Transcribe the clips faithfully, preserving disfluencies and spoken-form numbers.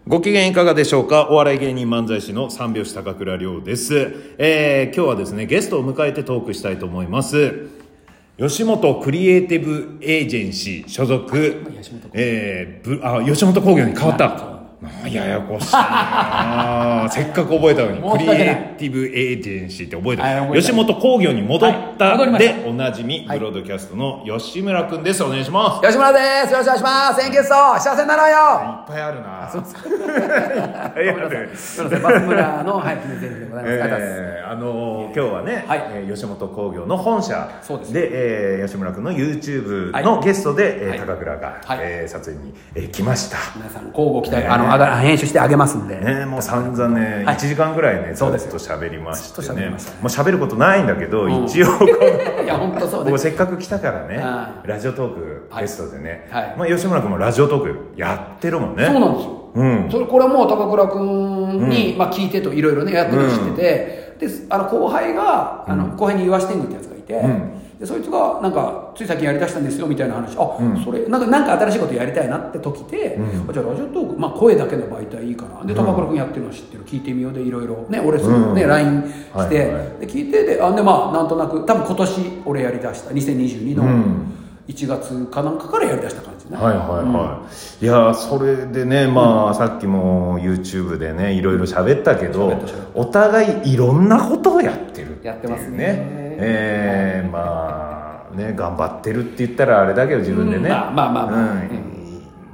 ご機嫌いかがでしょうか。お笑い芸人漫才師の三拍子高倉涼です。えー、今日はですね、ゲストを迎えてトークしたいと思います。吉本クリエイティブエージェンシー所属、えー、ぶあ吉本興業に変わった。ややこしいなせっかく覚えたのにクリエイティブエージェンシーって覚えた。吉本興業に戻ったでおなじみ、ブロードキャストの吉村くんです。お願いします。 吉村です。よろしくお願いします。先月と幸せになろうよ。 いっぱいあるな。そうですか。いっぱいある。 すみません、松村のはい記念セリフでございます。 えー、あのー、今日はね、はい、えー、吉本興業の本社で、で、えー、吉村くんの YouTube のゲストで、はい、えー、高倉が、はい、えー、撮影に、えー、来ました。皆さん交互期待、あの編集してあげますんでね。もう散々ね、はい、いちじかんぐらいねずっと喋りましてね。もう喋ることないんだけど、うん、一応このいや本当そうね。僕せっかく来たからね、ラジオトークゲストでね、はい、まあ吉村君もラジオトークやってるもんね。 そうなんですよ。うん、それこれも高倉君に、うん、まあ聞いてといろいろねやってるの知ってて、うん、であの後輩があの後輩に言わしてんぐってやつがいて。うん、でそいつがなんかつい最近やりだしたんですよみたいな話、あ、うん、それなんかなんか新しいことやりたいなって時で、うん、じゃあラジオトーク、まあ、声だけの媒体いいかなで、高倉君やってるの知ってる、聞いてみようでいろいろね俺すぐね、うん、ライン して、はいはい、で聞いてであでまあなんとなく多分今年俺やりだしたにせんにじゅうにのいちがつかなんかからやりだした感じね。 はいはいはい、うん、いやそれでねまあ、うん、さっきも YouTube でねいろいろ喋ったけど、お互いいろんなことをやってるっていうね。 やってますね。 えー、まあね頑張ってるって言ったらあれだけど自分でね、うん、まあまあまあ、まあうん、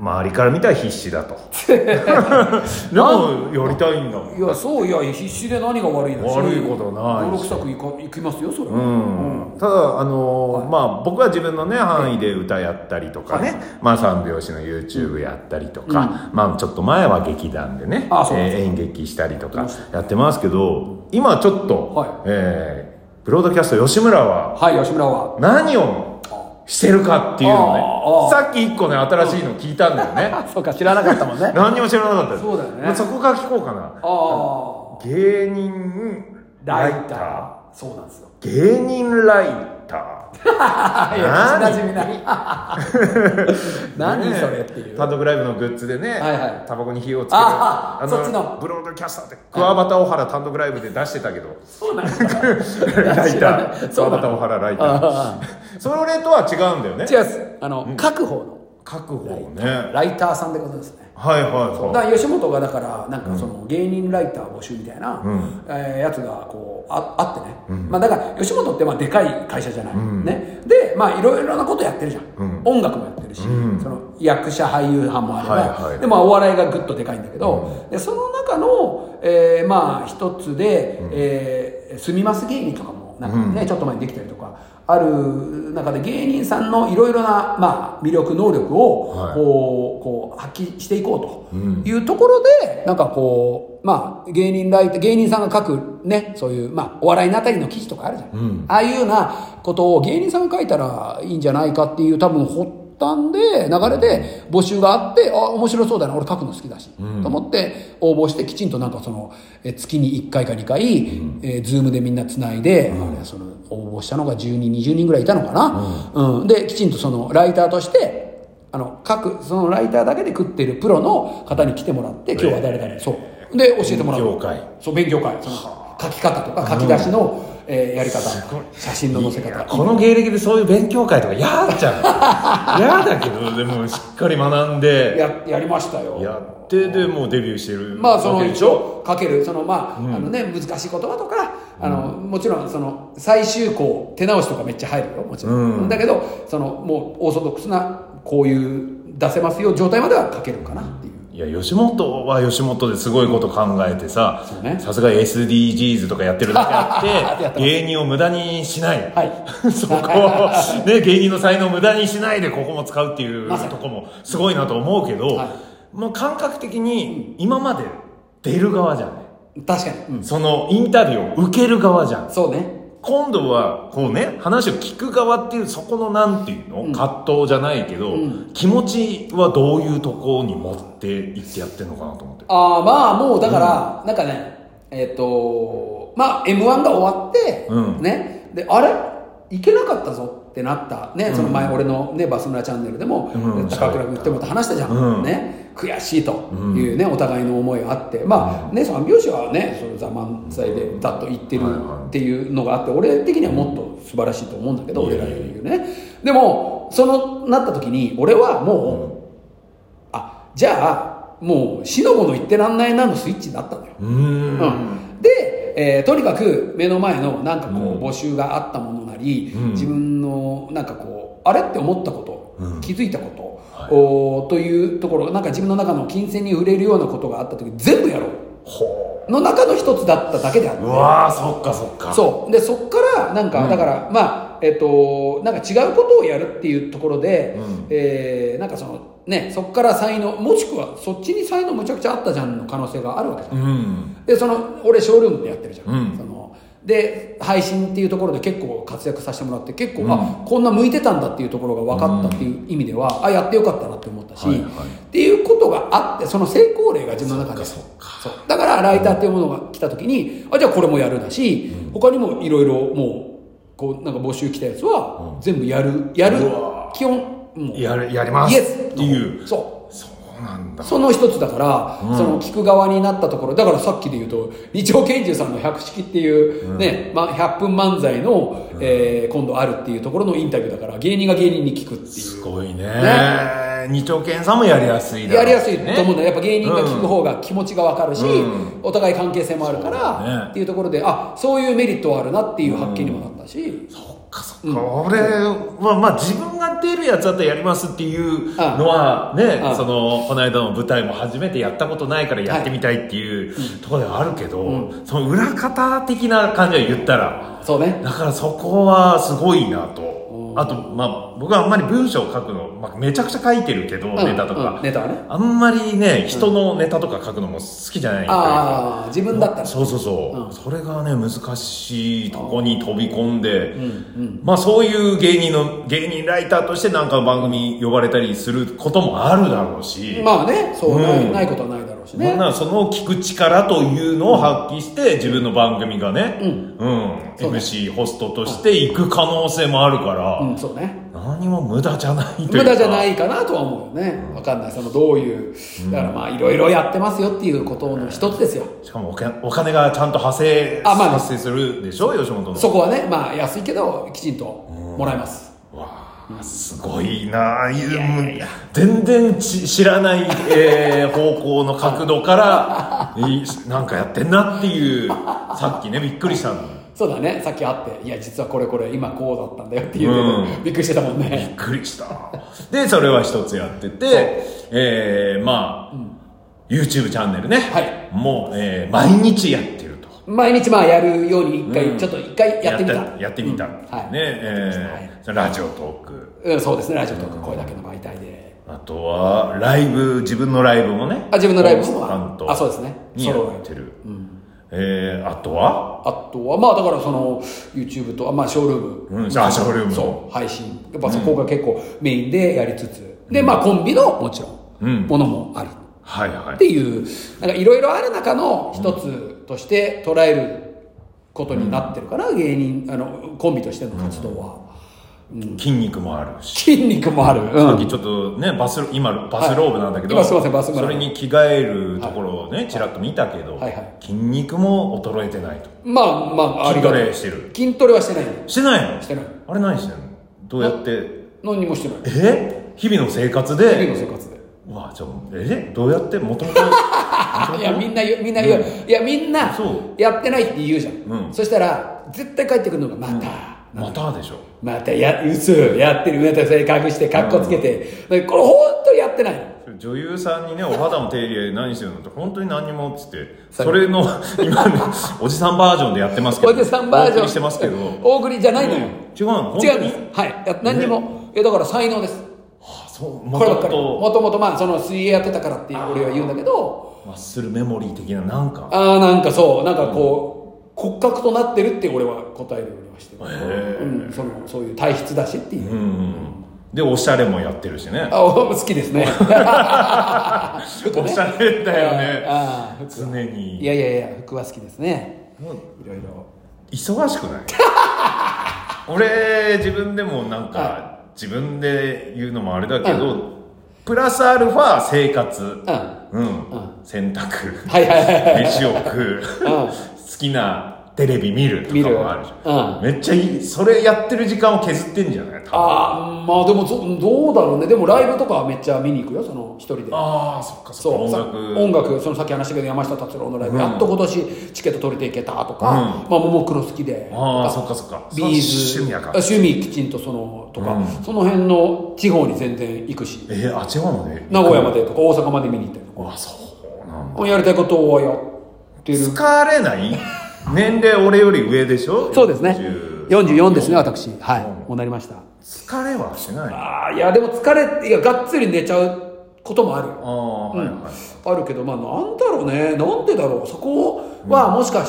周りから見たら必死だとでもやりたいんだもん。 いやそういや必死で何が悪いの。 悪いことない泥臭くいかいきますよそれ、 うんうん、ただあのーはい、まあ僕は自分のね範囲で歌やったりとかね、はい、まあ三拍子の YouTube やったりとか、うん、まあちょっと前は劇団でね、ああえー、演劇したりとかやってますけど、今ちょっと、はい、えーブロードキャスト吉村ははい吉村は何をしてるかっていうのね、さっき一個ね新しいの聞いたんだよね。 そうか知らなかったもんね。 何にも知らなかったです。 そうだよね。 そこから聞こうかな。あ芸人ライター。 そうなんですよ。 芸人ライター。いやなじみない何それっていう。 単独ライブのグッズでね、はいはい、タバコに火をつけるああのそっちのブロードキャスターって桑畑小原単独ライブで出してたけど、 そうなんだライター桑畑小原ライターそれとは違うんだよね。 違うです。あの、うん、各方の各方ねライターさんでございますね。 はいはいはい。 だから吉本がだからなんかその芸人ライター募集みたいな、うんえー、やつがこう あ, あってね、うんまあ、だから吉本ってまあでかい会社じゃない、うんね、でまあいろいろなことやってるじゃん、うん、音楽もやってるし、うん、その役者俳優班もあれば、はいはい、でまあお笑いがぐっとでかいんだけど、うん、でその中の、えー、まあ一つで、うんえー、住みます芸人とかもなんかね、うん、ちょっと前にできたりとかある中で芸人さんのいろいろな、まあ、魅力能力をこう、はい、こう発揮していこうというところで、うん、なんかこうまあ芸人ライター芸人さんが書くねそういうまあお笑いのあたりの記事とかあるじゃん、うん、ああいうようなことを芸人さんが書いたらいいんじゃないかっていう多分発端で流れで募集があってあ面白そうだな俺書くの好きだし、うん、と思って応募してきちんとなんかそのえ月にいっかいかにかい、うんえー、ズームでみんなつないで、うん、あれその応募したのがじゅうに、にじゅうにんぐらいいたのかな、うんうん、できちんとそのライターとしてあの各そのライターだけで食ってるプロの方に来てもらって今日は誰々そうで教えてもらう勉強会そう勉強会その書き方とか書き出しの、うんえー、やり方写真の載せ方この芸歴でそういう勉強会とか嫌じゃん嫌だけどでもしっかり学んでや, やりましたよやってでもうデビューしてるまあその一応書けるそのまあ、うん、あのね難しい言葉とかあの、うん、もちろんその最終項手直しとかめっちゃ入るよもちろん、うん、だけどそのもうオーソドックスなこういう出せますよ状態までは書けるかなっていう。 いや吉本は吉本ですごいこと考えてささすが エスディージーズ とかやってるだけあって芸人を無駄にしない、はい、そこを、ね、芸人の才能を無駄にしないでここも使うっていうとこもすごいなと思うけど、はい、もう感覚的に今まで出る側じゃんね確かに、 うん、そのインタビューを受ける側じゃんそうね今度はこうね話を聞く側っていうそこのなんていうの、うん、葛藤じゃないけど、うん、気持ちはどういうところに持っていってやってるのかなと思ってああまあもうだから、うん、なんかねえっ、ー、とまあ エムワン が終わって、うん、ねであれいけなかったぞってなったね、うん、その前俺のねバス村チャンネルでも、うん、高倉君言ってもらって話したじゃん、うん、ね悔しいというね、うん、お互いの思いがあって、まあね、三拍子はね、そのザ・漫才で歌っと言ってるっていうのがあって、俺的にはもっと素晴らしいと思うんだけど、俺らより言うね。でも、そのなった時に、俺はもう、あ、じゃあ、もう、しのごの言ってらんないなのスイッチになったんだよ。うんうんで、えー、とにかく目の前のなんかこう募集があったものなり、うん、自分のなんかこうあれって思ったこと、うん、気づいたこと、はい、おというところなんか自分の中の金銭に触れるようなことがあった時全部やろうほうの中の一つだっただけであって、 うわーそっかそっかそうでそっからなんか、うん、だからまあえっとなんか違うことをやるっていうところで、うん、えー、なんかそのね、そっから才能もしくはそっちに才能むちゃくちゃあったじゃんの可能性があるわけじゃん、うん、でその俺ショールームでやってるじゃん、うん、そので配信っていうところで結構活躍させてもらって結構、うん、あこんな向いてたんだっていうところが分かったっていう意味では、うん、あやってよかったなって思ったし、はいはい、っていうことがあってその成功例が自分の中でそうだからライターっていうものが来た時にあじゃあこれもやるだし、うん、他にもいろいろもうこうなんか募集来たやつは全部やるやる基本もうやるやりますイエスっていうそうそうなんだその一つだから、うん、その聞く側になったところだからさっきで言うと二丁拳銃さんの百式っていう、うんねまあ、ひゃっぷん漫才の、うんえー、今度あるっていうところのインタビューだから芸人が芸人に聞くっていうすごいねね二丁拳さんもやりやすいだろう、 ね、やりやすいと思うんだやっぱ芸人が聞く方が気持ちが分かるし、うん、お互い関係性もあるから、ね、っていうところであそういうメリットはあるなっていう発見にもなったし、うん、 そっかそっか、うん、俺はまあ自分が出るやつだったらやりますっていうのはねそのこの間の舞台も初めてやったことないからやってみたいっていう、はい、ところではあるけど、うん、その裏方的な感じは言ったらそうねだからそこはすごいなとあと、まあ、僕はあんまり文章を書くの、まあ、めちゃくちゃ書いてるけど、うん、ネタとか、 うん、ネタはねあんまりね人のネタとか書くのも好きじゃないんで、うん、 ああ自分だったらそうそうそう、うん、それがね難しいとこに飛び込んで、うんうん、まあそういう芸人の芸人ライターとしてなんか番組呼ばれたりすることもあるだろうしまあねそう、うん、ないことはないだろうしねその聞く力というのを発揮して自分の番組がね、うんうん、エムシー ホストとして行く可能性もあるから、 うん、そうね何も無駄じゃないというか無駄じゃないかなとは思うよね分かんないそのどういうだからまあいろいろやってますよっていうことの一つですよしかもお金がちゃんと発生、あ、まあ、発生するでしょ吉本のそこはねまあ安いけどきちんともらえます、 うん、わあすごいな、いやいや全然知らない、えー、方向の角度からなんかやってんなっていうさっきねびっくりしたのそうだねさっき会っていや実はこれこれ今こうだったんだよっていう、うん、びっくりしてたもんねびっくりしたでそれは一つやっててえー、まあ、うん、YouTube チャンネルね、はい、もう、えー、毎日やってると毎日まあやるように一回、うん、ちょっと一回やってみたやってみた、うん、はいねえーはい、ラジオトーク、 うん、そうですねラジオトークこれだけの媒体であとはライブ自分のライブもねあ自分のライブもあそうですねにやってる、うんえー、あとはあとはまあだからその YouTube とまあショールーム、 うん、あショールームそう配信やっぱそこが結構メインでやりつつ、うん、でまあコンビのもちろん、うん、ものもあり、 はいはい、 っていうなんかいろいろある中の一つとして捉えることになってるかな、うん、芸人あのコンビとしての活動は。 うん、筋肉もあるし筋肉もある、うん、 さっきちょっとねバス今バスローブなんだけど、 はい、今すいませんバスそれに着替えるところをね、はい、ちらっと見たけど、はいはい、筋肉も衰えてないとまあまあありがとう筋トレしてる筋トレはしてないしてないのしてないあれ何してんのどうやって何にもしてないえ日々の生活で日々の生活でうわじゃあえどうやってもともといやみんな言うみんな言う、うん、いやみんなやってないって言うじゃん、うん、そしたら絶対帰ってくるのがまた、うんまたでしょまたや嘘やってるまたそれ隠してカッコつけて、うん、これ本当にやってないの女優さんにねお肌の手入れ何してるのって本当に何もっつってそれの今ねおじさんバージョンでやってますけどおじさんバージョンしてますけど大栗じゃないのよ、うん、 違うの違うんですはい何にもえだから才能です、 はあ、そうこればっかりもともとまあその水泳やってたからって俺は言うんだけどマッスルメモリー的ななんかああなんかそうなんかこう、うん骨格となってるって俺は答えるようにはしてる、うん、そのそういう体質だしっていう、うんうん、 でおしゃれもやってるしねあ好きですねおしゃれだよねああ常にいやいやいや服は好きですねいろいろ忙しくない俺自分でもなんか、はい、自分で言うのもあれだけど、 プラスアルファ生活、うん、 うん、 洗濯、 はいはいはいはい、 飯を食う、好きなテレビ見るとかもあるじゃん、うん、めっちゃいい。それやってる時間を削ってんじゃない？ ああ、まあでもどうだろうね。でもライブとかはめっちゃ見に行くよ、その一人で。 ああ、そっかそっか。 音楽音楽、そのさっき話したけど山下達郎のライブ、うん、やっと今年チケット取れていけたとか、うん、まあももクロ好きで、 ああ、そっかそっか。 ビーズ趣味やから、 趣味きちんとそのとか、うん、その辺の地方に全然行くし、 えー、あ、地方まで名古屋までとか大阪まで見に行ったりとか。 あ、そうなんだ。 やりたいことをやってる。 疲れない？年齢俺より上でしょ？ そうですね。よんじゅうよんですね、私。はい。もうなりました。 疲れはしない？ ああ、いや、でも疲れ、いや、がっつり寝ちゃうこともあるよ。 ああ、はいはい。 あるけど、まあ、なんだろうね。なんでだろう。そこは、もしかして、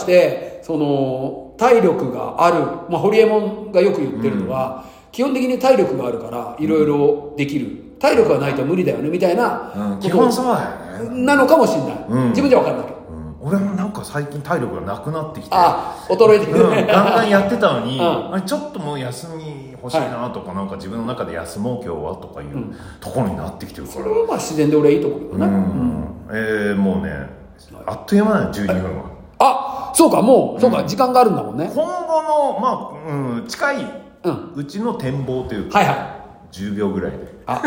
その、体力がある。まあ、ホリエモンがよく言ってるのは、基本的に体力があるから、いろいろできる。体力がないと無理だよね、みたいな。 基本そうだよね。 なのかもしれない。自分じゃ分かんないけど。 俺もなんか最近体力がなくなってきて、 あ、衰えてくるね、 うん、ガンガンやってたのに、うん、 あちょっともう休み欲しいなとか、はい、なんか自分の中で休もう今日はとかいうところになってきてるから、 それはまあ自然で俺はいいと思うけどね、うんうん、 えー、もうねあっという間だよじゅうにふんは。 あ、そうか、もうそうか、時間があるんだもんね。今後のまあ、うん、近い、うん、うちの展望というか、 はいはい、 じゅうびょうぐらいで。 あ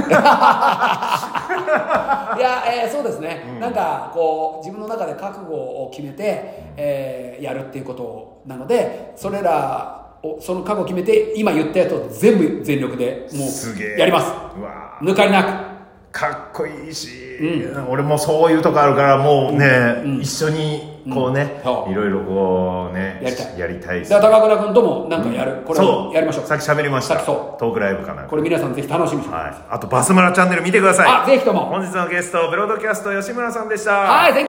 いや、えー、そうですね、うん、なんかこう自分の中で覚悟を決めて、えー、やるっていうことなので、それらをその覚悟を決めて今言ったやつを全部全力でもうやります。 うわ、 抜かりなくかっこいいし、うん、俺もそういうとこあるからもうね、うんうん、一緒にこうね、うん、いろいろこうねやりたいやりたいです。 だから高倉君ともなんかやる、うん、これをやりましょう。 さっき喋りました。さっきそうトークライブかな。 これ皆さんぜひ楽しみにしてください。 はい、あとバス村チャンネル見てください。 あ、ぜひとも。 本日のゲストブロードキャスト吉村さんでした。 はい、